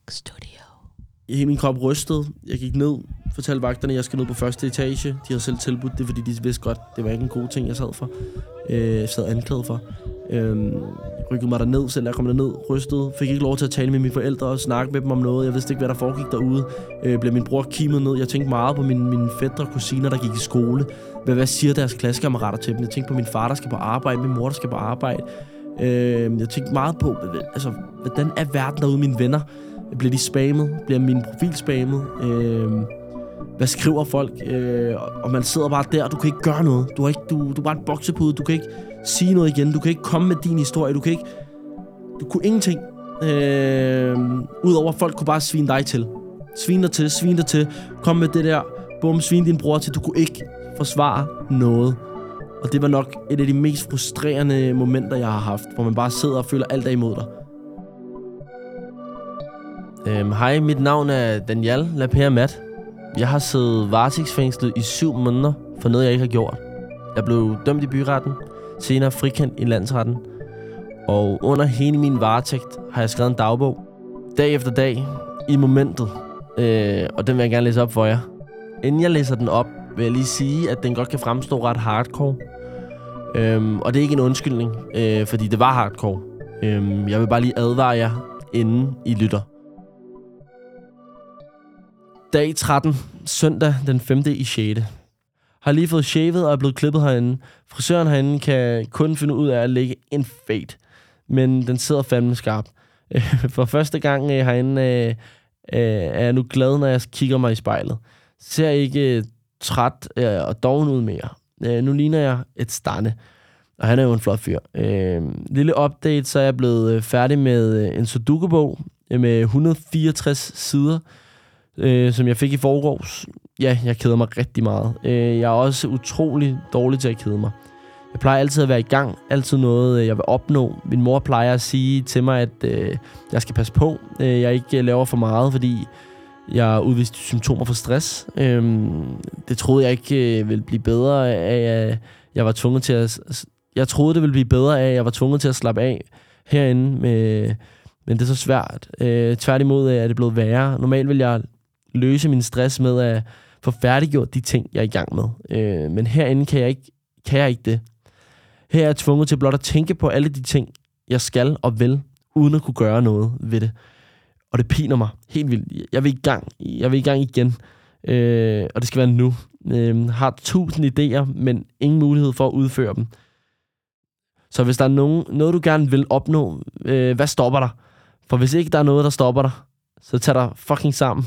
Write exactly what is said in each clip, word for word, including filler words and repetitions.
Studio. Hele min krop rystede. Jeg gik ned, fortalte vagterne, at jeg skal ned på første etage. De havde selv tilbudt det, fordi de vidste godt, det var ikke en god ting, jeg sad for. Øh, jeg sad anklaget for. Øh, jeg rykkede mig derned, selv jeg kom derned, rystede. Fik ikke lov til at tale med mine forældre og snakke med dem om noget. Jeg vidste ikke, hvad der foregik derude. Øh, blev min bror kimet ned. Jeg tænkte meget på mine, mine fætre og kusiner, der gik i skole. Hvad, hvad siger deres klassekammerater til dem? Jeg tænkte på min far, der skal på arbejde, min mor, der skal på arbejde. Øh, jeg tænkte meget på, altså, hvordan er verden derude, mine venner? Bliver de spammet? Bliver min profil spammet? Øh, hvad skriver folk? Øh, og man sidder bare der, du kan ikke gøre noget. Du er, ikke, du, du er bare et boksepude, du kan ikke sige noget igen. Du kan ikke komme med din historie. Du kan ikke... Du kunne ingenting. Øh, Udover folk kunne bare svine dig til. Svine dig til, svine dig til. Kom med det der. Bum, svine din bror til. Du kunne ikke forsvare noget. Og det var nok et af de mest frustrerende momenter, jeg har haft. Hvor man bare sidder og føler alt er imod dig. Øhm, hej, mit navn er Daniel Lapere Matt. Jeg har siddet varetægtsfængslet i syv måneder for noget, jeg ikke har gjort. Jeg blev dømt i byretten, senere frikendt i landsretten. Og under hele min varetægt har jeg skrevet en dagbog. Dag efter dag, i momentet. Øh, og den vil jeg gerne læse op for jer. Inden jeg læser den op, vil jeg lige sige, at den godt kan fremstå ret hardcore. Øhm, og det er ikke en undskyldning, øh, fordi det var hardcore. Øhm, jeg vil bare lige advare jer, inden I lytter. Dag tretten, søndag den femte i sjette Har lige fået shavet og er blevet klippet herinde. Frisøren herinde kan kun finde ud af at lægge en fade, men den sidder fandme skarpt. For første gang herinde øh, er jeg nu glad, når jeg kigger mig i spejlet. Ser ikke træt øh, og doven ud mere. Øh, nu ligner jeg et stande, og han er jo en flot fyr. Øh, lille update, så er jeg blevet færdig med en Sudoku-bog med et hundrede og fireogtres sider, Øh, som jeg fik i forgårs. Ja, jeg keder mig rigtig meget. Øh, jeg er også utrolig dårlig til at kede mig. Jeg plejer altid at være i gang. Altid noget, jeg vil opnå. Min mor plejer at sige til mig, at øh, jeg skal passe på. Øh, jeg ikke laver for meget, fordi jeg udviste symptomer for stress. Øh, det troede jeg ikke øh, ville blive bedre af, at jeg var tvunget til at... Jeg troede, det ville blive bedre af, at jeg var tvunget til at slappe af herinde. Med, men det er så svært. Øh, tværtimod er det blevet værre. Normalt vil jeg løse min stress med at få færdiggjort de ting, jeg er i gang med. Øh, men herinde kan jeg, ikke, kan jeg ikke det. Her er jeg tvunget til blot at tænke på alle de ting, jeg skal og vil, uden at kunne gøre noget ved det. Og det piner mig helt vildt. Jeg vil i gang. Jeg vil i gang igen. Øh, og det skal være nu. Øh, har tusind idéer, men ingen mulighed for at udføre dem. Så hvis der er nogen, noget, du gerne vil opnå, øh, hvad stopper dig? For hvis ikke der er noget, der stopper dig, så tag dig fucking sammen.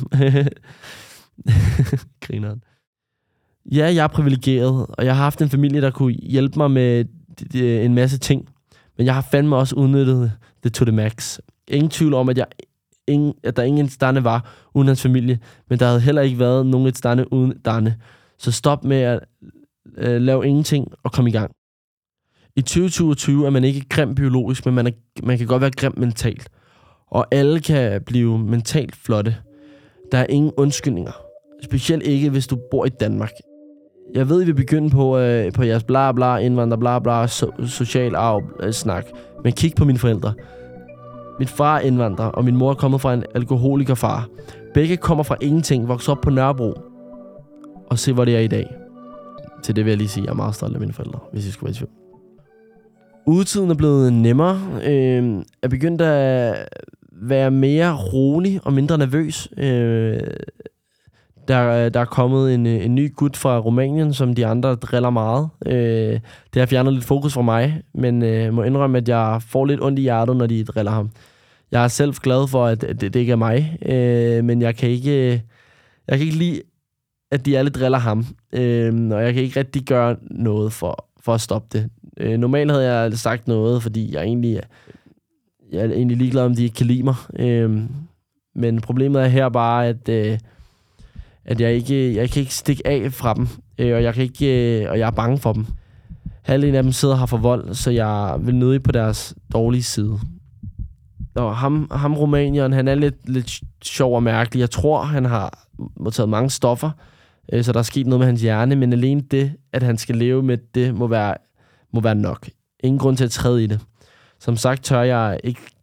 Grineren. Ja, jeg er privilegeret, og jeg har haft en familie, der kunne hjælpe mig med en masse ting. Men jeg har fandme også udnyttet det to the max. Ingen tvivl om, at, jeg, ingen, at der ingen Danne var uden hans familie, men der havde heller ikke været nogen et Danne uden Danne. Så stop med at øh, lave ingenting og komme i gang. I tyve toogtyve er man ikke grim biologisk, men man, er, man kan godt være grim mentalt. Og alle kan blive mentalt flotte. Der er ingen undskyldninger. Specielt ikke, hvis du bor i Danmark. Jeg ved, I vil begynde på, øh, på jeres bla bla, indvandrer bla bla, so, social arv øh, snak. Men kig på mine forældre. Min far er indvandrer, og min mor er kommet fra en alkoholikerfar. Begge kommer fra ingenting, vokser op på Nørrebro. Og se, hvor det er i dag. Til det vil jeg lige sige, at jeg er meget stolt af mine forældre, hvis I skulle være i tvivl. Udetiden er blevet nemmere. Øh, er begyndt at være mere rolig og mindre nervøs. Øh, der, der er kommet en, en ny gut fra Rumænien, som de andre driller meget. Øh, det har fjernet lidt fokus fra mig, men øh, må indrømme, at jeg får lidt ondt i hjertet, når de driller ham. Jeg er selv glad for, at det, det ikke er mig, øh, men jeg kan ikke, jeg kan ikke lide, at de alle driller ham. Øh, og jeg kan ikke rigtig gøre noget for, for at stoppe det. Øh, normalt havde jeg sagt noget, fordi jeg egentlig, jeg er egentlig ligeglad, om de ikke kan lide mig. Øh, men problemet er her bare, at, øh, at jeg, ikke, jeg kan ikke stikke af fra dem, øh, og, jeg kan ikke, øh, og jeg er bange for dem. Halvdelen af dem sidder her for vold, så jeg vil nødig på deres dårlige side. Og ham, ham rumænieren, han er lidt, lidt sjov og mærkelig. Jeg tror, han har modtaget mange stoffer, øh, så der er sket noget med hans hjerne, men alene det, at han skal leve med det, må være må være nok. Ingen grund til at træde i det. Som sagt tør jeg ikke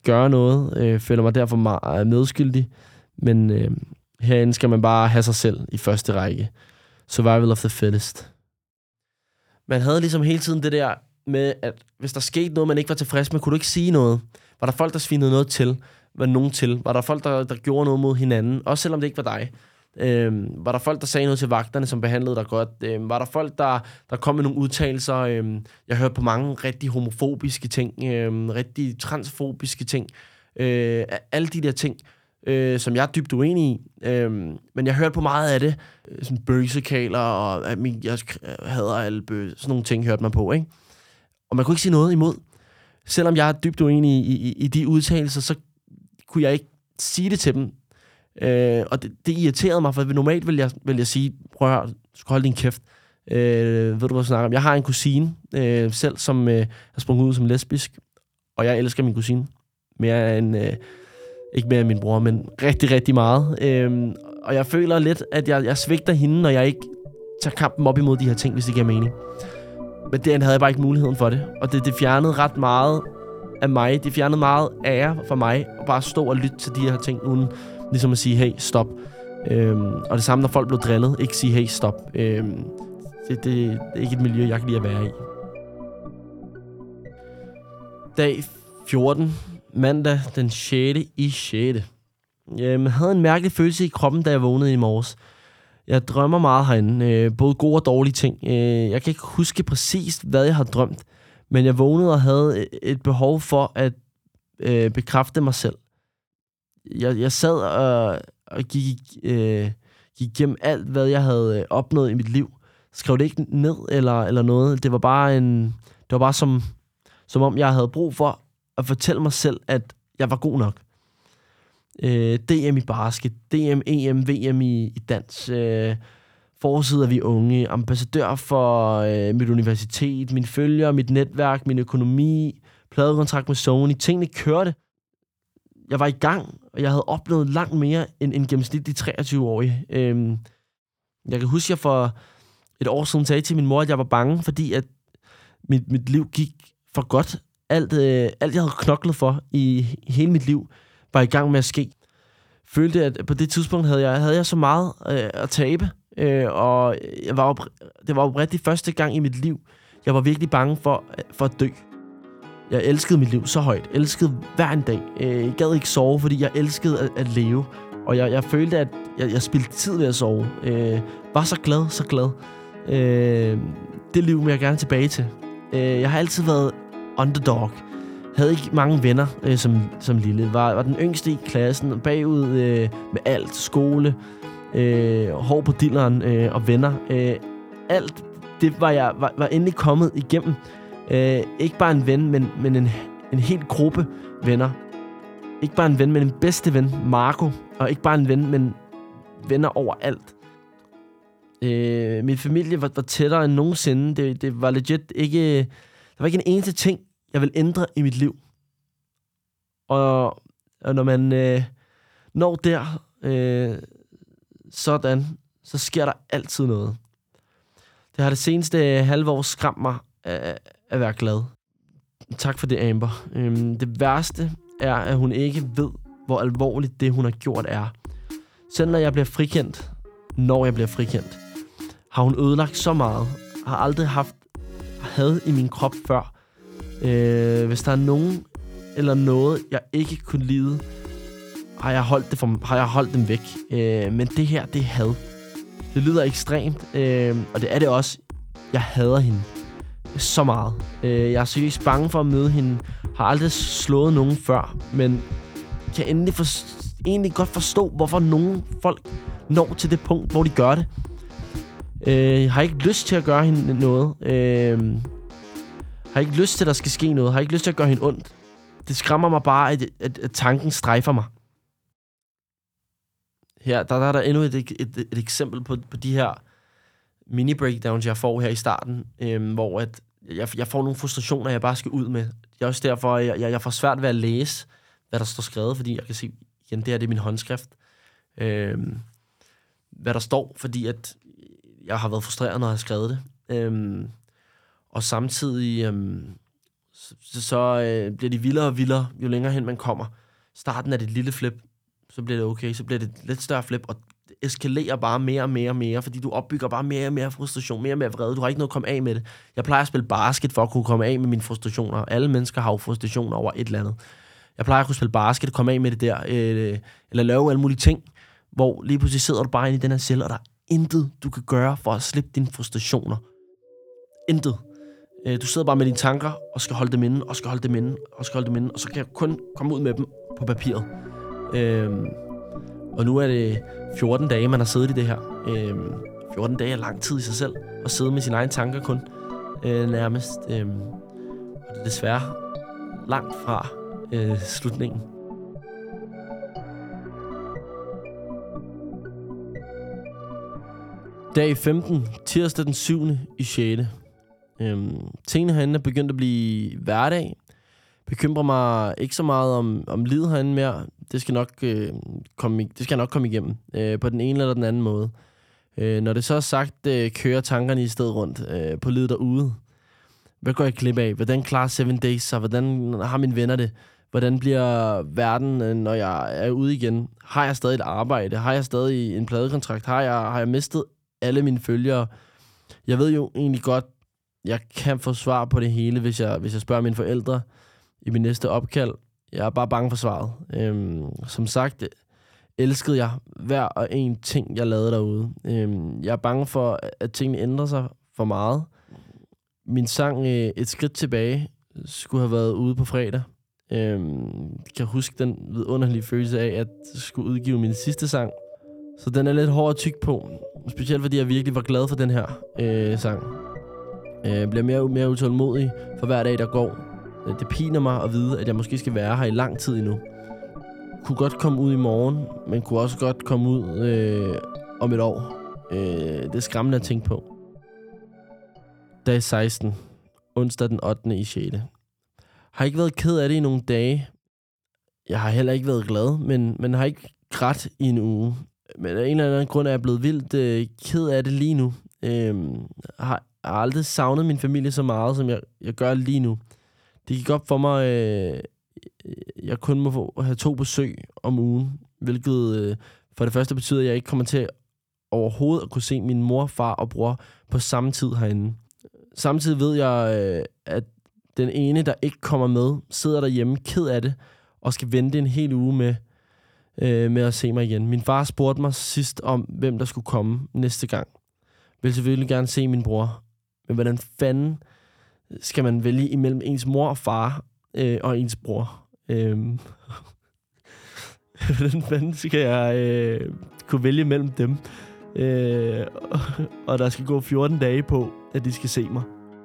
gøre noget. Øh, føler mig derfor meget medskyldig. Men øh, herinde skal man bare have sig selv i første række. Survival of the fittest. Man havde ligesom hele tiden det der med, at hvis der skete noget, man ikke var tilfreds med, kunne du ikke sige noget. Var der folk, der svinede noget til? Var nogen til? Var der folk, der, der gjorde noget mod hinanden? Også selvom det ikke var dig. Øhm, var der folk, der sagde noget til vagterne, som behandlede dig godt? Øhm, var der folk, der, der kom med nogle udtalelser? Øhm, jeg hørte på mange rigtig homofobiske ting, øhm, rigtig transfobiske ting. Øh, alle de der ting, øh, som jeg er dybt uenig i. Øhm, men jeg hørte på meget af det. Sådan bøsekaler, og at min, jeg hader alle bøs, sådan nogle ting hørte man på, ikke? Og man kunne ikke sige noget imod. Selvom jeg er dybt uenig i, i, i de udtalelser, så kunne jeg ikke sige det til dem. Øh, og det, det irriterede mig, for normalt vil jeg, vil jeg sige, prøv at høre, du skal holde din kæft. Øh, ved du, hvad jeg snakker om? Jeg har en kusine øh, selv, som øh, er sprunget ud som lesbisk, og jeg elsker min kusine. Mere end, øh, ikke mere end min bror, men rigtig, rigtig meget. Øh, og jeg føler lidt, at jeg, jeg svigter hende, når jeg ikke tager kampen op imod de her ting, hvis det giver mening. Men det havde jeg bare ikke muligheden for det. Og det, det fjernede ret meget af mig. Det fjernede meget ære for mig at bare stå og lytte til de her ting, uden ligesom at sige, hey, stop. Øhm, og det samme, når folk blev drillet. Ikke sige, hey, stop. Øhm, det, det, det er ikke et miljø, jeg kan lide at være i. Dag fjorten. Mandag den sjette i sjette. Jeg havde en mærkelig følelse i kroppen, da jeg vågnede i morges. Jeg drømmer meget herinde. Øh, både gode og dårlige ting. Øh, jeg kan ikke huske præcis, hvad jeg har drømt. Men jeg vågnede og havde et behov for at øh, bekræfte mig selv. Jeg, jeg sad og, og gik, øh, gik igennem alt, hvad jeg havde opnået i mit liv. Skrev det ikke ned eller, eller noget. Det var bare en, det var bare som, som om jeg havde brug for at fortælle mig selv, at jeg var god nok. Øh, D M i basket, D M, E M, V M i, i dans, øh, forside af Vi Unge, ambassadør for øh, mit universitet, mine følgere, mit netværk, min økonomi, pladekontrakt med Sony. Tingene kørte. Jeg var i gang, og jeg havde oplevet langt mere end en gennemsnitlig treogtyve-årig. Øhm, jeg kan huske, at jeg for et år siden sagde til min mor, at jeg var bange, fordi at mit, mit liv gik for godt. Alt, øh, alt, jeg havde knoklet for i, i hele mit liv, var i gang med at ske. Følte, at på det tidspunkt havde jeg, havde jeg så meget øh, at tabe, øh, og jeg var opr- det var oprigtigt første gang i mit liv, jeg var virkelig bange for, for at dø. Jeg elskede mit liv så højt. Elskede hver en dag. Jeg gad ikke sove, fordi jeg elskede at, at leve. Og jeg, jeg følte, at jeg, jeg spildte tid ved at sove. Øh, var så glad, så glad. Øh, det liv vil jeg gerne tilbage til. Øh, jeg har altid været underdog. Havde ikke mange venner øh, som, som lille. Var, var den yngste i klassen. Bagud øh, med alt. Skole. Øh, hår på dilleren øh, og venner. Øh, alt det var jeg var, var endelig kommet igennem. Øh, ikke bare en ven, men, men en, en hel gruppe venner. Ikke bare en ven, men en bedste ven, Marco. Og ikke bare en ven, men venner overalt. Øh, min familie var, var tættere end nogensinde. Det, det var legit ikke... Der var ikke en eneste ting, jeg ville ændre i mit liv. Og, og når man øh, når der, øh, sådan, så sker der altid noget. Det har det seneste halve år skræmt mig at, at være glad. Tak for det, Amber. Øhm, det værste er, at hun ikke ved, hvor alvorligt det, hun har gjort, er. Selv når jeg bliver frikendt, når jeg bliver frikendt, har hun ødelagt så meget. Har aldrig haft had i min krop før. Øh, hvis der er nogen eller noget, jeg ikke kunne lide, har jeg holdt, det for, har jeg holdt dem væk. Øh, men det her, det er had. Det lyder ekstremt, øh, og det er det også. Jeg hader hende så meget. Øh, jeg er seriøst bange for at møde hende. Har aldrig slået nogen før, men kan endelig for, egentlig godt forstå, hvorfor nogle folk når til det punkt, hvor de gør det. Øh, jeg har ikke lyst til at gøre hende noget. Øh, har ikke lyst til, at der skal ske noget. Har ikke lyst til at gøre hende ondt. Det skræmmer mig bare, at, at, at tanken strejfer mig. Her, der, der er der endnu et, et, et, et eksempel på, på de her mini-breakdowns, jeg får her i starten, øhm, hvor at jeg, jeg får nogle frustrationer, jeg bare skal ud med. Det er også derfor, at jeg, jeg, jeg får svært ved at læse, hvad der står skrevet, fordi jeg kan se, igen, det her det er min håndskrift. Øhm, hvad der står, fordi at jeg har været frustreret, når jeg har skrevet det. Øhm, og samtidig, øhm, så, så øh, bliver de vildere og vildere, jo længere hen man kommer. Starten er det et lille flip, så bliver det okay, så bliver det et lidt større flip, og det eskalerer bare mere og mere og mere, fordi du opbygger bare mere og mere frustration, mere og mere vrede. Du har ikke noget at komme af med det. Jeg plejer at spille basket for at kunne komme af med mine frustrationer. Alle mennesker har jo frustrationer over et eller andet. Jeg plejer at kunne spille basket, komme af med det der, øh, eller lave alle mulige ting, hvor lige pludselig sidder du bare inde i den her celle, og der er intet, du kan gøre for at slippe dine frustrationer. Intet. Øh, du sidder bare med dine tanker, og skal holde dem inde, og skal holde dem inde, og skal holde dem inde, og så kan jeg kun komme ud med dem på papiret. Øh, og nu er det fjorten dage, man har siddet i det her. Øh, fjorten dage er lang tid i sig selv, at sidde med sine egne tanker kun, øh, nærmest. Øh, og det er desværre langt fra øh, slutningen. Dag femten, tirsdag den syvende i sjette. Øhm, tingene herinde er begyndt at blive hverdag. Bekymrer mig ikke så meget om, om livet herinde mere. Det skal nok, øh, komme, det skal nok komme igennem øh, på den ene eller den anden måde. Øh, når det så er sagt, øh, kører tankerne i stedet rundt øh, på livet derude. Hvad går jeg glip af? Hvordan klarer Seven Days sig? Hvordan har mine venner det? Hvordan bliver verden, når jeg er ude igen? Har jeg stadig et arbejde? Har jeg stadig en pladekontrakt? Har jeg, har jeg mistet alle mine følgere? Jeg ved jo egentlig godt, jeg kan få svar på det hele, hvis jeg, hvis jeg spørger mine forældre i min næste opkald. Jeg er bare bange for svaret. Øhm, som sagt, elskede jeg hver og en ting, jeg lavede derude. Øhm, jeg er bange for, at tingene ændrer sig for meget. Min sang øh, Et skridt tilbage skulle have været ude på fredag. Øhm, jeg kan huske den vidunderlige følelse af, at jeg skulle udgive min sidste sang. Så den er lidt hård at tykke på. Specielt fordi jeg virkelig var glad for den her øh, sang. Jeg bliver mere og mere utålmodig for hver dag, der går. Det piner mig at vide, at jeg måske skal være her i lang tid endnu. Kunne godt komme ud i morgen, men kunne også godt komme ud øh, om et år. Øh, det er skræmmende at tænke på. Dag seksten. Onsdag den ottende i sjette. Har ikke været ked af det i nogle dage. Jeg har heller ikke været glad, men, men har ikke grædt i en uge. Men af en eller anden grund er jeg blevet vildt øh, ked af det lige nu. Øh, har Jeg har aldrig savnet min familie så meget, som jeg, jeg gør lige nu. Det gik op for mig, øh, jeg kun må få, have to besøg om ugen, hvilket øh, for det første betyder, at jeg ikke kommer til overhovedet at kunne se min mor, far og bror på samme tid herinde. Samtidig ved jeg, øh, at den ene, der ikke kommer med, sidder derhjemme ked af det, og skal vente en hel uge med, øh, med at se mig igen. Min far spurgte mig sidst om, hvem der skulle komme næste gang. Jeg vil selvfølgelig gerne se min bror. Men hvordan fanden skal man vælge imellem ens mor og far øh, og ens bror? Øhm. Hvordan fanden skal jeg øh, kunne vælge mellem dem? Øh, og, og der skal gå fjorten dage på, at de skal se mig.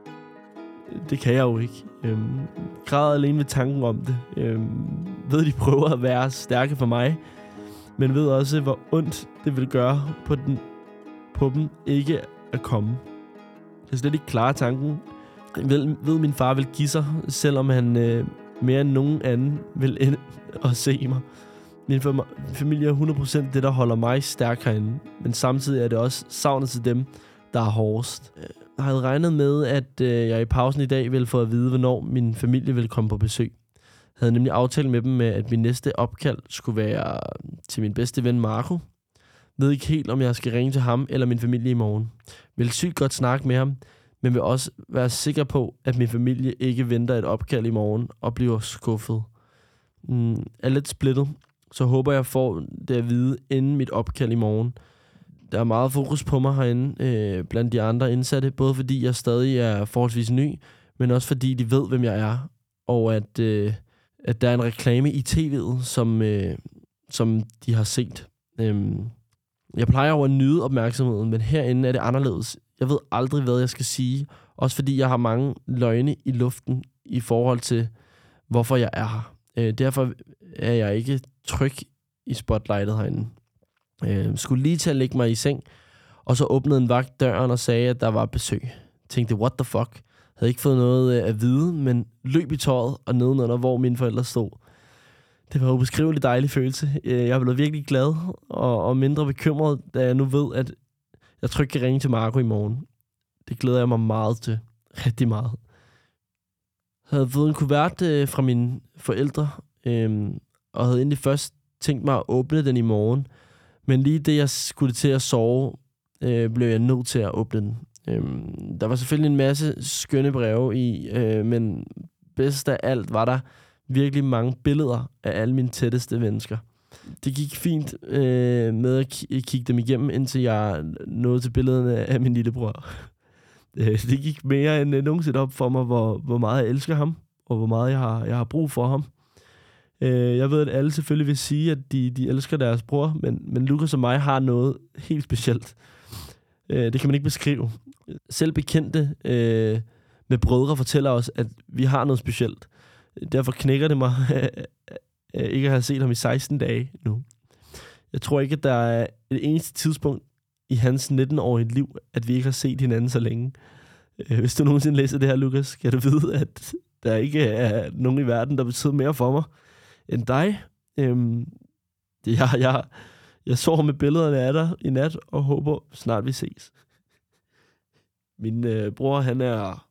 Det kan jeg jo ikke. Øhm, græder alene ved tanken om det. Øhm, ved, de prøver at være stærke for mig, men ved også, hvor ondt det vil gøre på, den, på dem ikke at komme. Jeg slet ikke klare tanken. Jeg ved, ved min far vil give sig, selvom han øh, mere end nogen anden vil ende og se mig. Min familie er hundrede procent det, der holder mig stærk herinde. Men samtidig er det også savnet til dem, der er hårdest. Jeg havde regnet med, at øh, jeg i pausen i dag ville få at vide, hvornår min familie ville komme på besøg. Jeg havde nemlig aftalt med dem med, at min næste opkald skulle være til min bedste ven Marco. Jeg ved ikke helt, om jeg skal ringe til ham eller min familie i morgen. Jeg vil sygt godt snakke med ham, men vil også være sikker på, at min familie ikke venter et opkald i morgen og bliver skuffet. Mm, er lidt splittet, så håber jeg får det at vide inden mit opkald i morgen. Der er meget fokus på mig herinde øh, blandt de andre indsatte, både fordi jeg stadig er forholdsvis ny, men også fordi de ved, hvem jeg er, og at, øh, at der er en reklame i tv'et, som, øh, som de har set. Øhm, Jeg plejer jo at nyde opmærksomheden, men herinde er det anderledes. Jeg ved aldrig, hvad jeg skal sige. Også fordi jeg har mange løgne i luften i forhold til, hvorfor jeg er her. Øh, derfor er jeg ikke tryg i spotlightet herinde. Øh, skulle lige til at lægge mig i seng, og så åbnede en vagt døren og sagde, at der var besøg. Jeg tænkte, what the fuck? Havde ikke fået noget at vide, men løb i tøjet og nedenunder, hvor mine forældre stod. Det var en ubeskrivelig dejlig følelse. Jeg blev virkelig glad og, og mindre bekymret, da jeg nu ved, at jeg trygt kan ringe til Marco i morgen. Det glæder jeg mig meget til. Rigtig meget. Jeg havde fået en kuvert øh, fra mine forældre, øh, og havde egentlig først tænkt mig at åbne den i morgen. Men lige det, jeg skulle til at sove, øh, blev jeg nødt til at åbne den. Øh, der var selvfølgelig en masse skønne breve i, øh, men bedst af alt var der virkelig mange billeder af alle mine tætteste mennesker. Det gik fint øh, med at k- kigge dem igennem, indtil jeg nåede til billederne af min lillebror. Det gik mere end nogensinde op for mig, hvor, hvor meget jeg elsker ham, og hvor meget jeg har, jeg har brug for ham. Jeg ved, at alle selvfølgelig vil sige, at de, de elsker deres bror, men, men Lukas og mig har noget helt specielt. Det kan man ikke beskrive. Selv bekendte øh, med brødre fortæller os, at vi har noget specielt. Derfor knækker det mig ikke at have set ham i seksten dage nu. Jeg tror ikke, at der er et eneste tidspunkt i hans nitten-årige liv, at vi ikke har set hinanden så længe. Hvis du nogensinde læser det her, Lukas, skal du vide, at der ikke er nogen i verden, der betyder mere for mig end dig. Øhm, det, jeg, jeg, jeg sover med billederne af dig i nat, og håber snart vi ses. Min øh, bror, han er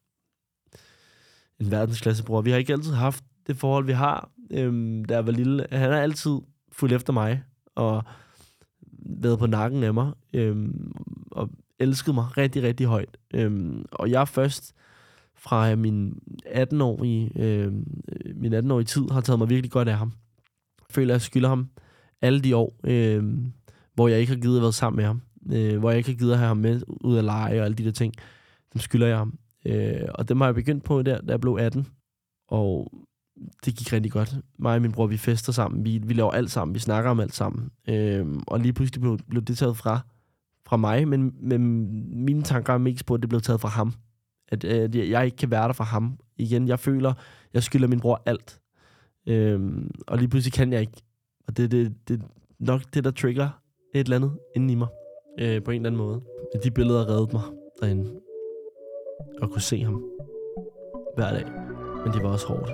en verdensklassebror. Vi har ikke altid haft det forhold, vi har, øhm, da jeg var lille. Han har altid fulgt efter mig, og været på nakken af mig, øhm, og elskede mig rigtig, rigtig højt. Øhm, og jeg først fra min atten-årige, øhm, min atten-årige tid har taget mig virkelig godt af ham. Jeg føler, at jeg skylder ham alle de år, øhm, hvor jeg ikke har givet at være sammen med ham. Øh, hvor jeg ikke har givet at have ham med ud at lege og alle de der ting. Dem skylder jeg ham. Øh, og dem har jeg begyndt på der, da jeg blev atten. Og det gik rigtig godt. Mig og min bror, vi fester sammen. Vi, vi laver alt sammen. Vi snakker om alt sammen. Øhm, og lige pludselig blev, blev det taget fra, fra mig. Men, men mine tanker er mest på, at det blev taget fra ham. At, at jeg ikke kan være der for ham. Igen, jeg føler, jeg skylder min bror alt. Øhm, og lige pludselig kan jeg ikke. Og det er det, det, nok det, der trigger et eller andet inden i mig. Øh, på en eller anden måde. De billeder reddede mig derinde. Og kunne se ham hver dag. Men det var også hårdt.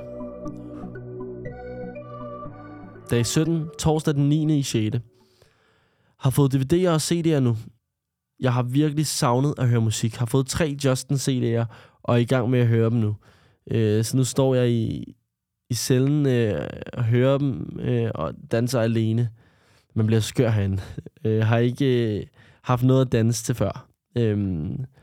Dag sytten, torsdag den niende i sjette Har fået D V D'er og C D'er nu. Jeg har virkelig savnet at høre musik. Har fået tre Justin C D'er og er i gang med at høre dem nu. Øh, så nu står jeg i, i cellen øh, og hører dem øh, og danser alene. Man bliver skør herinde. Jeg øh, har ikke øh, haft noget at danse til før. Øh,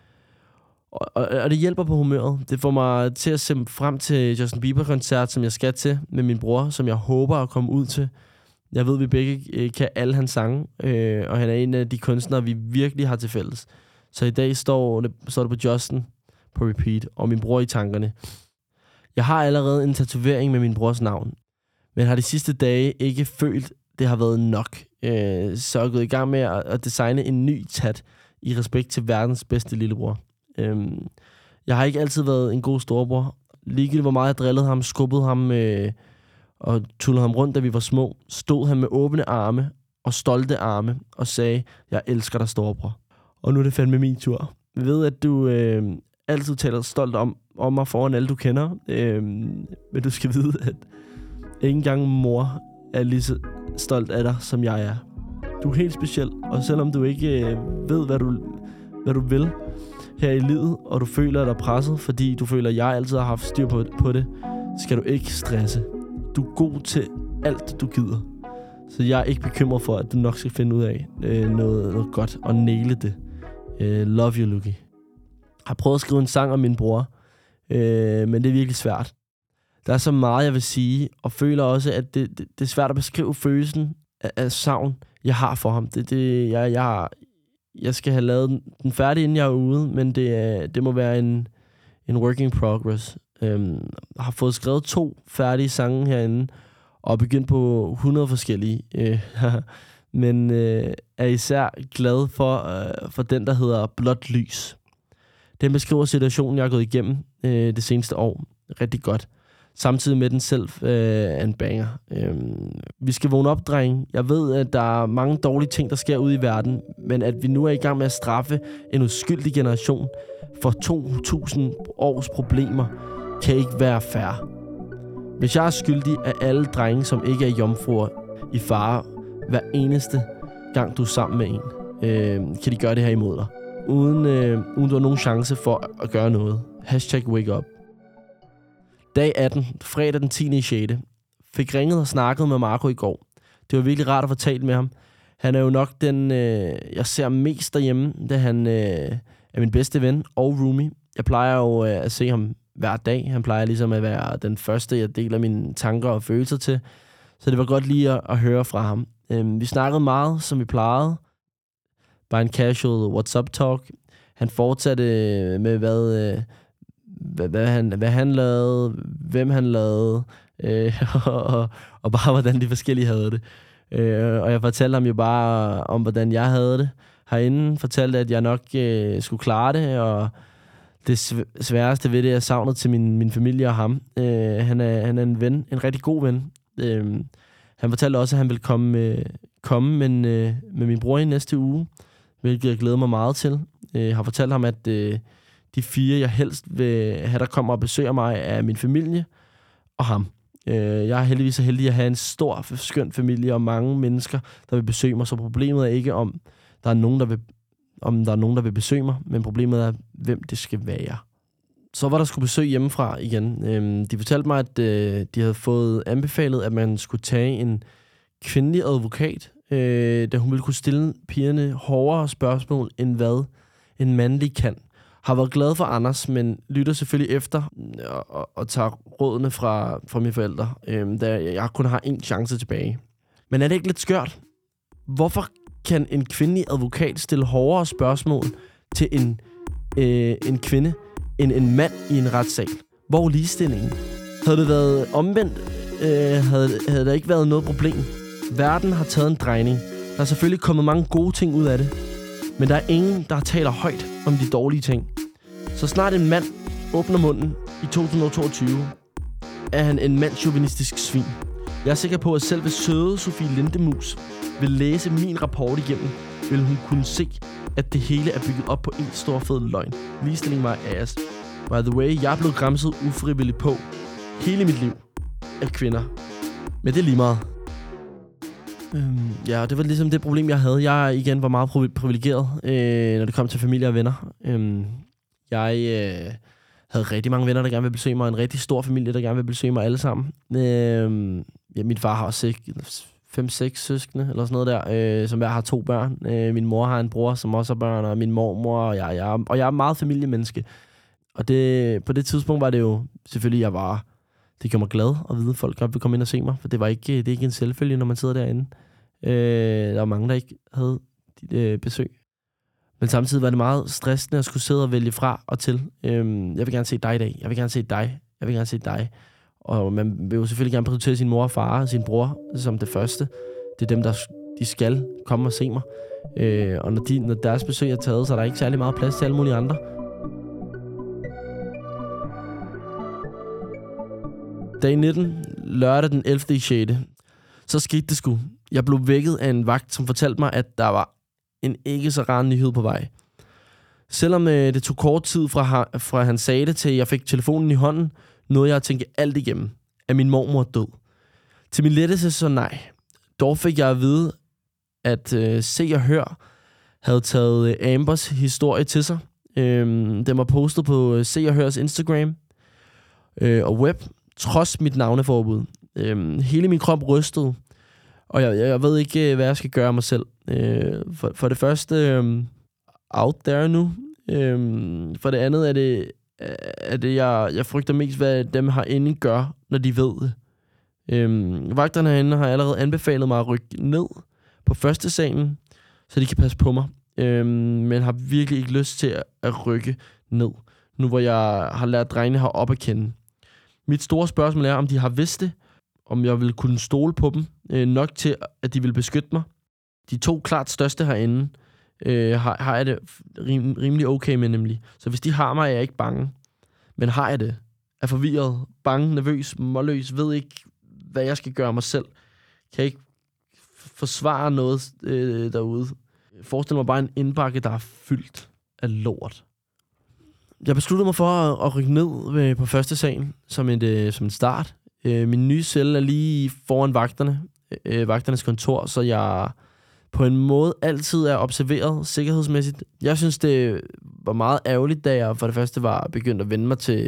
og, og, og det hjælper på humøret. Det får mig til at se frem til Justin Bieber-koncert, som jeg skal til med min bror, som jeg håber at komme ud til. Jeg ved, at vi begge øh, kan alle hans sange, øh, og han er en af de kunstnere, vi virkelig har til fælles. Så i dag står det, står det på Justin på repeat, og min bror i tankerne. Jeg har allerede en tatovering med min brors navn, men har de sidste dage ikke følt, det har været nok. Øh, så jeg er gået i gang med at, at designe en ny tat i respekt til verdens bedste lillebror. Øh, jeg har ikke altid været en god storebror. Ligegyldigt hvor meget jeg drillede ham, skubbede ham øh, og tullede ham rundt, da vi var små, stod han med åbne arme og stolte arme og sagde, jeg elsker dig, storebror. Og nu er det fandme min tur. Jeg ved, at du øh, altid taler stolt om, om mig foran alle, du kender. Øh, men du skal vide, at ikke engang mor er lige så stolt af dig, som jeg er. Du er helt speciel, og selvom du ikke øh, ved, hvad du, hvad du vil her i livet, og du føler, at du er presset, fordi du føler, at jeg altid har haft styr på, på det, skal du ikke stresse. Du er god til alt, du gider. Så jeg er ikke bekymret for, at du nok skal finde ud af øh, noget, noget godt og næle det. Øh, love you, Luki. Jeg har prøvet at skrive en sang om min bror, øh, men det er virkelig svært. Der er så meget, jeg vil sige, og føler også, at det, det, det er svært at beskrive følelsen af, af savn, jeg har for ham. Det, det, jeg, jeg, jeg skal have lavet den færdig, inden jeg er ude, men det, det må være en, en work in progress. Øhm, jeg har fået skrevet to færdige sange herinde, og begyndt på hundrede forskellige. Øh, men øh, er især glad for, øh, for den, der hedder Blåt Lys. Den beskriver situationen, jeg har gået igennem øh, det seneste år rigtig godt. Samtidig med den selv øh, er en banger. Øh, vi skal vågne op, dreng. Jeg ved, at der er mange dårlige ting, der sker ude i verden, men at vi nu er i gang med at straffe en uskyldig generation for to tusind års problemer, kan ikke være fair. Hvis jeg er skyldig af alle drenge, som ikke er jomfruer, i fare hver eneste gang, du er sammen med en, øh, kan de gøre det her imod dig. Uden, øh, uden du har nogen chance for at gøre noget. Hashtag wake up. Dag atten, fredag den tiende sjette Fik ringet og snakket med Marco i går. Det var virkelig rart at få talt med ham. Han er jo nok den, øh, jeg ser mest derhjemme, da han øh, er min bedste ven og roomie. Jeg plejer jo øh, at se ham hver dag. Han plejer ligesom at være den første, jeg deler mine tanker og følelser til. Så det var godt lige at, at høre fra ham. Øh, vi snakkede meget, som vi plejede. Bare en casual WhatsApp-talk. Han fortsatte med, hvad, øh, hvad, hvad, han, hvad han lavede, hvem han lavede, øh, og, og bare hvordan de forskellige havde det. Øh, og jeg fortalte ham jo bare om, hvordan jeg havde det herinde. Fortalte, at jeg nok øh, skulle klare det, og det sværeste ved det, jeg savnede til min, min familie og ham. Øh, han, er, han er en ven, en rigtig god ven. Øh, han fortalte også, at han ville komme, øh, komme men, øh, med min bror i næste uge, hvilket jeg glæder mig meget til. Jeg har fortalt ham, at øh, de fire, jeg helst vil have, der kommer og besøger mig, er min familie og ham. Øh, jeg er heldigvis så heldig at have en stor, skøn familie og mange mennesker, der vil besøge mig. Så problemet er ikke, om der er nogen, der vil, om der er nogen, der vil besøge mig, men problemet er, hvem det skal være. Så var der skulle besøg hjemmefra igen. Øh, de fortalte mig, at øh, de havde fået anbefalet, at man skulle tage en kvindelig advokat, øh, da hun ville kunne stille pigerne hårdere spørgsmål, end hvad en mandlig kan. Har været glad for Anders, men lytter selvfølgelig efter og, og, og tager rådene fra, fra mine forældre, øh, da jeg kun har én chance tilbage. Men er det ikke lidt skørt? Hvorfor kan en kvindelig advokat stille hårdere spørgsmål til en, øh, en kvinde end en mand i en retssal? Hvor er ligestillingen? Havde det været omvendt, øh, havde, havde der ikke været noget problem. Verden har taget en drejning. Der er selvfølgelig kommet mange gode ting ud af det. Men der er ingen, der taler højt om de dårlige ting. Så snart en mand åbner munden i to tusind og toogtyve, er han en mandsjuvenistisk svin. Jeg er sikker på, at selv hvis søde Sofie Lindemus vil læse min rapport igennem, vil hun kunne se, at det hele er bygget op på en stor fed løgn. Ligestilling mig ass. By the way, jeg er blevet græmset ufrivilligt på hele mit liv af kvinder. Men det er lige meget. Øhm, ja, det var ligesom det problem, jeg havde. Jeg igen var meget privilegeret, øh, når det kom til familie og venner. Øhm, jeg øh, havde rigtig mange venner, der gerne ville besøge mig. En rigtig stor familie, der gerne ville besøge mig alle sammen. Øhm, ja, min far har også fem seks søskende, eller sådan noget der, øh, som jeg har to børn. Øh, min mor har en bror, som også har børn, og min mormor, og jeg, jeg, og jeg er meget familiemenneske. Og det, på det tidspunkt var det jo selvfølgelig, jeg var... Det gjorde mig glad at vide, at folk godt ville komme ind og se mig, for det var ikke, det er ikke en selvfølge, når man sidder derinde. Øh, der var mange, der ikke havde øh, besøg. Men samtidig var det meget stressende at skulle sidde og vælge fra og til. Øh, jeg vil gerne se dig i dag. Jeg vil gerne se dig. Jeg vil gerne se dig. Og man vil jo selvfølgelig gerne prioritere sin mor og far og sin bror som det første. Det er dem, der de skal komme og se mig. Øh, og når, de, når deres besøg er taget, så er der ikke særlig meget plads til alle mulige andre. Dag nitten, lørdag den ellevte sjette Så skete det sgu. Jeg blev vækket af en vagt, som fortalte mig, at der var en ikke så rar nyhed på vej. Selvom øh, det tog kort tid fra, fra han sagde det, til jeg fik telefonen i hånden, nåede jeg at tænke alt igennem, at min mormor død. Til min lettelse så nej. Dog fik jeg at vide, at øh, Se og Hør havde taget øh, Ambers historie til sig. Øh, den var postet på øh, Se og Hørs Instagram øh, og web, trods mit navneforbud. Øh, hele min krop rystede, og jeg, jeg ved ikke, hvad jeg skal gøre mig selv. Øh, for, for det første, øh, out there nu. Øh, for det andet er det, er det jeg, jeg frygter mest, hvad dem herinde gør, når de ved det. Øh, vagterne herinde har allerede anbefalet mig at rykke ned på første salen, så de kan passe på mig. Øh, men har virkelig ikke lyst til at, at rykke ned, nu hvor jeg har lært drengene herop at kende. Mit store spørgsmål er, om de har vidst det, om jeg ville kunne stole på dem øh, nok til, at de ville beskytte mig. De to klart største herinde øh, har, har jeg det rim, rimelig okay med nemlig. Så hvis de har mig, er jeg ikke bange. Men har jeg det? Er forvirret, bange, nervøs, målløs, ved ikke, hvad jeg skal gøre mig selv. Kan ikke forsvare noget øh, derude. Forestil mig bare en indbakke, der er fyldt af lort. Jeg besluttede mig for at, at rykke ned øh, på første salen som, et, øh, som en start. Øh, min nye celle er lige foran vagterne, øh, vagternes kontor, så jeg på en måde altid er observeret sikkerhedsmæssigt. Jeg synes, det var meget ærgerligt, da jeg for det første var begyndt at vende mig til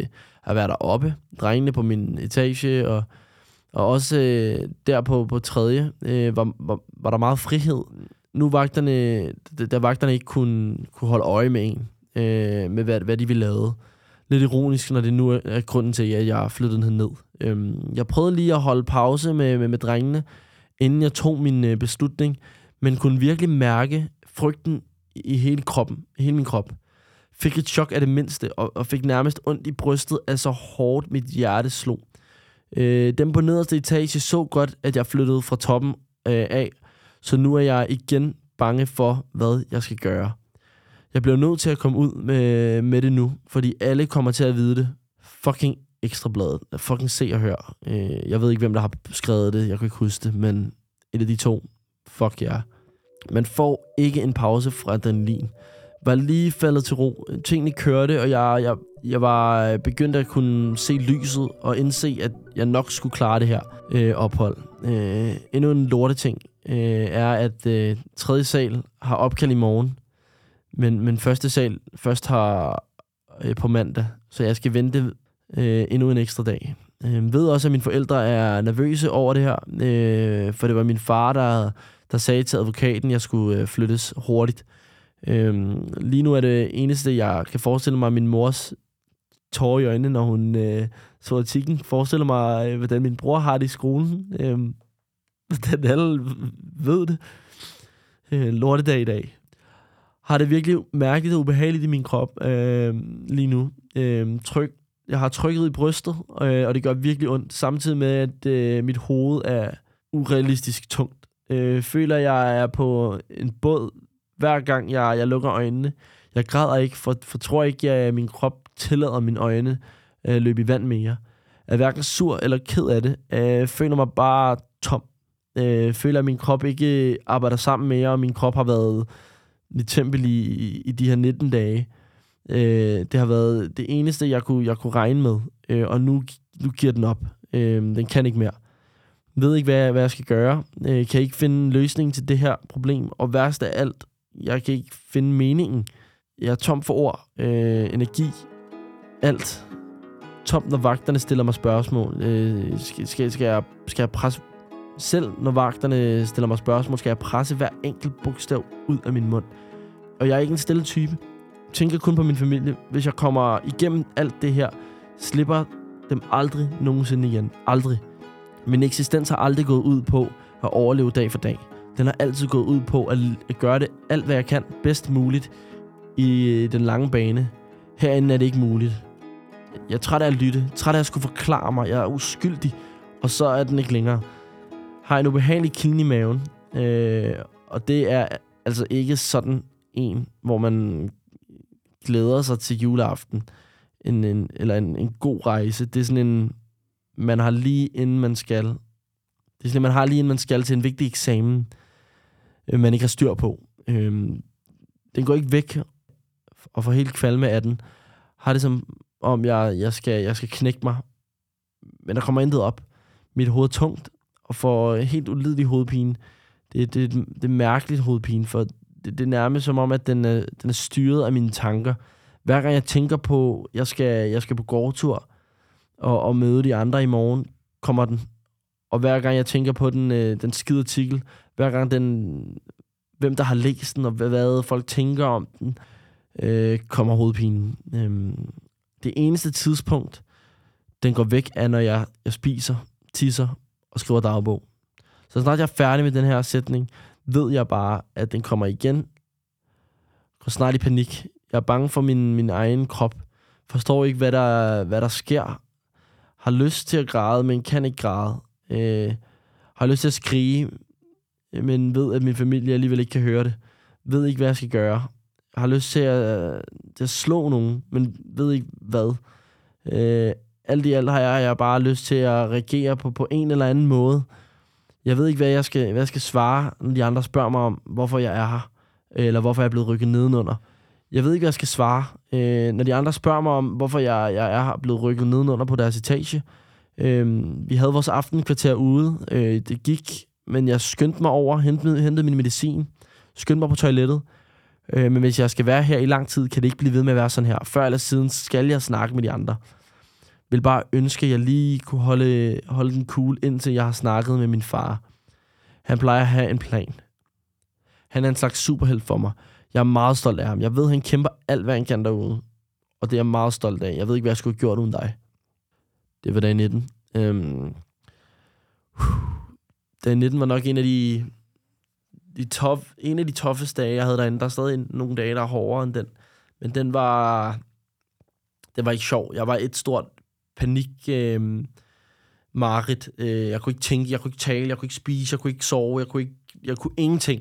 at være deroppe. Drengene på min etage, og, og også øh, der på, på tredje, øh, var, var, var der meget frihed. Nu vagterne, der vagterne ikke kunne, kunne holde øje med en, øh, med hvad, hvad de ville lave. Lidt ironisk, når det nu er grunden til, at jeg flyttede ned. Øh, jeg prøvede lige at holde pause med, med, med drengene, inden jeg tog min øh, beslutning, men kunne virkelig mærke frygten i hele kroppen, hele min krop. Fik et chok af det mindste, og, og fik nærmest ondt i brystet af så hårdt mit hjerte slog. Øh, dem på nederste etage så godt, at jeg flyttede fra toppen øh, af, så nu er jeg igen bange for, hvad jeg skal gøre. Jeg bliver nødt til at komme ud med, med det nu, fordi alle kommer til at vide det. Fucking Ekstrabladet. Fucking Se og Hør. Øh, jeg ved ikke, hvem der har skrevet det. Jeg kan ikke huske det, men et af de to. Fuck ja. Yeah. Man får ikke en pause fra adrenalin. Var lige faldet til ro. Tingene kørte, og jeg, jeg, jeg var begyndt at kunne se lyset og indse, at jeg nok skulle klare det her øh, ophold. Øh, endnu en lorteting øh, er, at øh, tredje sal har opkald i morgen, men, men første sal først har øh, på mandag, så jeg skal vente øh, endnu en ekstra dag. Jeg ved også, at mine forældre er nervøse over det her, øh, for det var min far, der, der sagde til advokaten, at jeg skulle øh, flyttes hurtigt. Øh, lige nu er det eneste, jeg kan forestille mig, min mors tårer i øjnene, når hun øh, så artiklen. Forestiller mig, øh, hvordan min bror har det i skolen. Øh, hvordan alle ved det. Øh, lortedag i dag. Har det virkelig mærkeligt og ubehageligt i min krop øh, lige nu. Øh, tryk. Jeg har trykket i brystet, øh, og det gør virkelig ondt, samtidig med, at øh, mit hoved er urealistisk tungt. Øh, føler, jeg er på en båd, hver gang jeg, jeg lukker øjnene. Jeg græder ikke, for, for tror ikke, at min krop tillader mine øjne øh, løbe i vand mere. Jeg er hverken sur eller ked af det. Øh, føler mig bare tom. Øh, føler, at min krop ikke arbejder sammen mere, og min krop har været lidt tempel i, i de her nitten dage. Øh, det har været det eneste, jeg kunne, jeg kunne regne med, øh, og nu, nu giver den op. Øh, den kan ikke mere. Jeg ved ikke, hvad, hvad jeg skal gøre. Jeg kan ikke finde en løsning til det her problem, og værst af alt, jeg kan ikke finde meningen. Jeg er tom for ord, øh, energi, alt. Tom, når vagterne stiller mig spørgsmål. Øh, skal, skal, skal, jeg, skal jeg presse... Selv når vagterne stiller mig spørgsmål, skal jeg presse hver enkelt bogstav ud af min mund. Og jeg er ikke en stille type. Jeg tænker kun på min familie. Hvis jeg kommer igennem alt det her, slipper dem aldrig nogensinde igen. Aldrig. Min eksistens har aldrig gået ud på at overleve dag for dag. Den har altid gået ud på at, at gøre det alt, hvad jeg kan, bedst muligt i den lange bane. Herinde er det ikke muligt. Jeg er træt af at lytte. Træt af at skulle forklare mig. Jeg er uskyldig. Og så er den ikke længere. Har en ubehagelig kilden i maven. Øh, og det er altså ikke sådan en, hvor man glæder sig til juleaften. En, en, eller en, en god rejse. Det er sådan en... Man har lige inden man skal. Det er sådan, man har lige inden man skal til en vigtig eksamen, øh, man ikke har styr på. Øh, den går ikke væk, og får helt kvalme af den. Har det som om, jeg, jeg, skal, jeg skal knække mig. Men der kommer intet op. Mit hoved er tungt, og får helt ulidelig hovedpine. Det, det, det er mærkeligt hovedpine, for det, det er nærmest som om, at den er, den er styret af mine tanker. Hver gang jeg tænker på, at jeg skal, jeg skal på gårdtur, og, og møde de andre i morgen, kommer den. Og hver gang jeg tænker på den, øh, den skide artikel, hver gang den, hvem der har læst den, og hvad, hvad folk tænker om den, øh, kommer hovedpinen. Øhm, det eneste tidspunkt, den går væk, er, når jeg, jeg spiser, tisser og skriver dagbog. Så snart jeg er færdig med den her sætning, ved jeg bare, at den kommer igen. Går snart i panik. Jeg er bange for min, min egen krop. Forstår ikke, hvad der, hvad der sker. Har lyst til at græde, men kan ikke græde. Øh, har lyst til at skrige, men ved, at min familie alligevel ikke kan høre det. Ved ikke, hvad jeg skal gøre. Har lyst til at, til at slå nogen, men ved ikke hvad. Øh, alt i alt har jeg, jeg bare lyst til at reagere på, på en eller anden måde. Jeg ved ikke, hvad jeg skal, hvad jeg skal svare, når de andre spørger mig om, hvorfor jeg er her, eller hvorfor jeg er blevet rykket nedenunder. Jeg ved ikke, hvad jeg skal svare. Øh, når de andre spørger mig om, hvorfor jeg, jeg er blevet rykket nedenunder på deres etage. Øh, vi havde vores aftenkvarter ude. Øh, det gik, men jeg skyndte mig over, hentede, hentede min medicin, skyndte mig på toilettet. Øh, men hvis jeg skal være her i lang tid, kan det ikke blive ved med at være sådan her. Før eller siden skal jeg snakke med de andre. vil bare ønske, at jeg lige kunne holde, holde den cool, indtil jeg har snakket med min far. Han plejer at have en plan. Han er en slags superhelt for mig. Jeg er meget stolt af ham. Jeg ved, at han kæmper alt, hvad han kan derude. Og det er jeg meget stolt af. Jeg ved ikke, hvad jeg skulle have gjort uden dig. Det var dag nitten. Øhm. Dag nitten var nok en af de, de tough, en af de tougheste dage, jeg havde derinde. Der er stadig nogle dage, der er hårdere end den. Men den var... Det var ikke sjov. Jeg var et stort panik... Øh, mareridt. Øh, jeg kunne ikke tænke, jeg kunne ikke tale, jeg kunne ikke spise, jeg kunne ikke sove, jeg kunne ikke... Jeg kunne ingenting.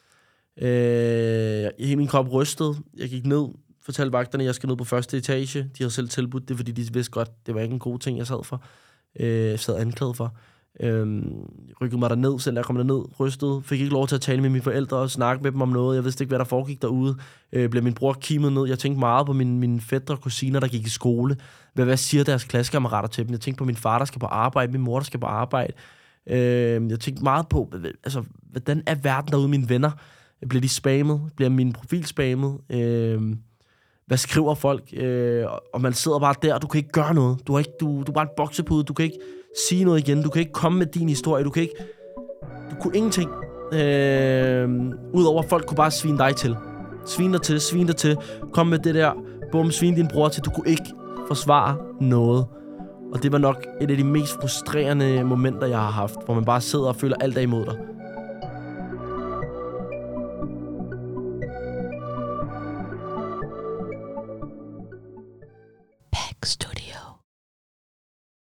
Øh, hele min krop rystede. Jeg gik ned, fortalte vagterne, at jeg skal ned på første etage. De havde selv tilbudt det, fordi de vidste godt, det var ikke en god ting, jeg sad for. Øh, jeg sad anklaget for. Øh, rykkede mig derned, selv jeg kom derned, rystede. Fik ikke lov til at tale med mine forældre og snakke med dem om noget. Jeg vidste ikke, hvad der foregik derude. Øh, blev min bror kimet ned. Jeg tænkte meget på mine, mine fætre og kusiner, der gik i skole. Hvad, hvad siger deres klassekammerater til dem? Jeg tænkte på min far, der skal på arbejde, min mor, der skal på arbejde. Øh, jeg tænkte meget på, altså, hvordan er verden derude, mine venner? Bliver de spammet? Bliver min profil spammet? Øh, hvad skriver folk? Øh, og man sidder bare der, du kan ikke gøre noget. Du er, ikke, du, du er bare en boksepude, du kan ikke sige noget igen. Du kan ikke komme med din historie. Du kan ikke... Du kunne ingenting. Øh, Udover at folk kunne bare svine dig til. Svine dig til, svine dig til. Kom med det der. Bum, svine din bror til. Du kunne ikke forsvare noget. Og det var nok et af de mest frustrerende momenter, jeg har haft. Hvor man bare sidder og føler alt er imod dig. Studio.